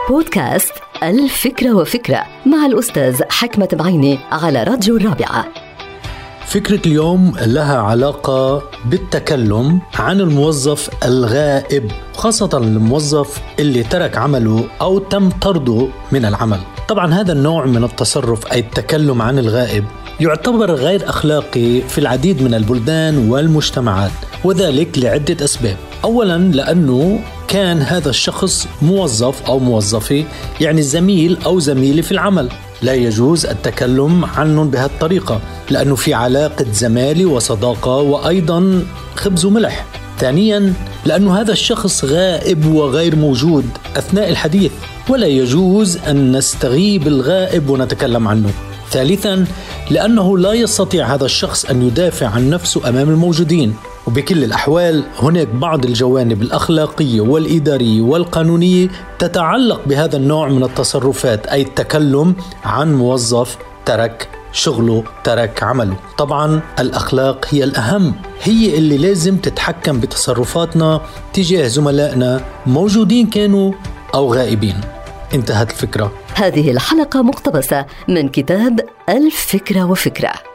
بودكاست الفكرة وفكرة مع الأستاذ حكمة بعيني على راديو الرابعة. فكرة اليوم لها علاقة بالتكلم عن الموظف الغائب، خاصة الموظف اللي ترك عمله أو تم طرده من العمل. طبعا هذا النوع من التصرف أي التكلم عن الغائب يعتبر غير أخلاقي في العديد من البلدان والمجتمعات، وذلك لعدة أسباب. أولا لأنه كان هذا الشخص موظف أو موظفة، يعني زميل أو زميلة في العمل، لا يجوز التكلم عنهم بهالطريقة لأنه في علاقة زمالة وصداقة وأيضا خبز وملح. ثانيا لأنه هذا الشخص غائب وغير موجود أثناء الحديث، ولا يجوز أن نستغيب الغائب ونتكلم عنه. ثالثا لأنه لا يستطيع هذا الشخص أن يدافع عن نفسه أمام الموجودين. وبكل الأحوال هناك بعض الجوانب الأخلاقية والإدارية والقانونية تتعلق بهذا النوع من التصرفات، أي التكلم عن موظف ترك شغله، ترك عمله. طبعا الأخلاق هي الأهم، هي اللي لازم تتحكم بتصرفاتنا تجاه زملائنا موجودين كانوا أو غائبين. انتهت الفكرة. هذه الحلقة مقتبسة من كتاب الفكرة وفكرة.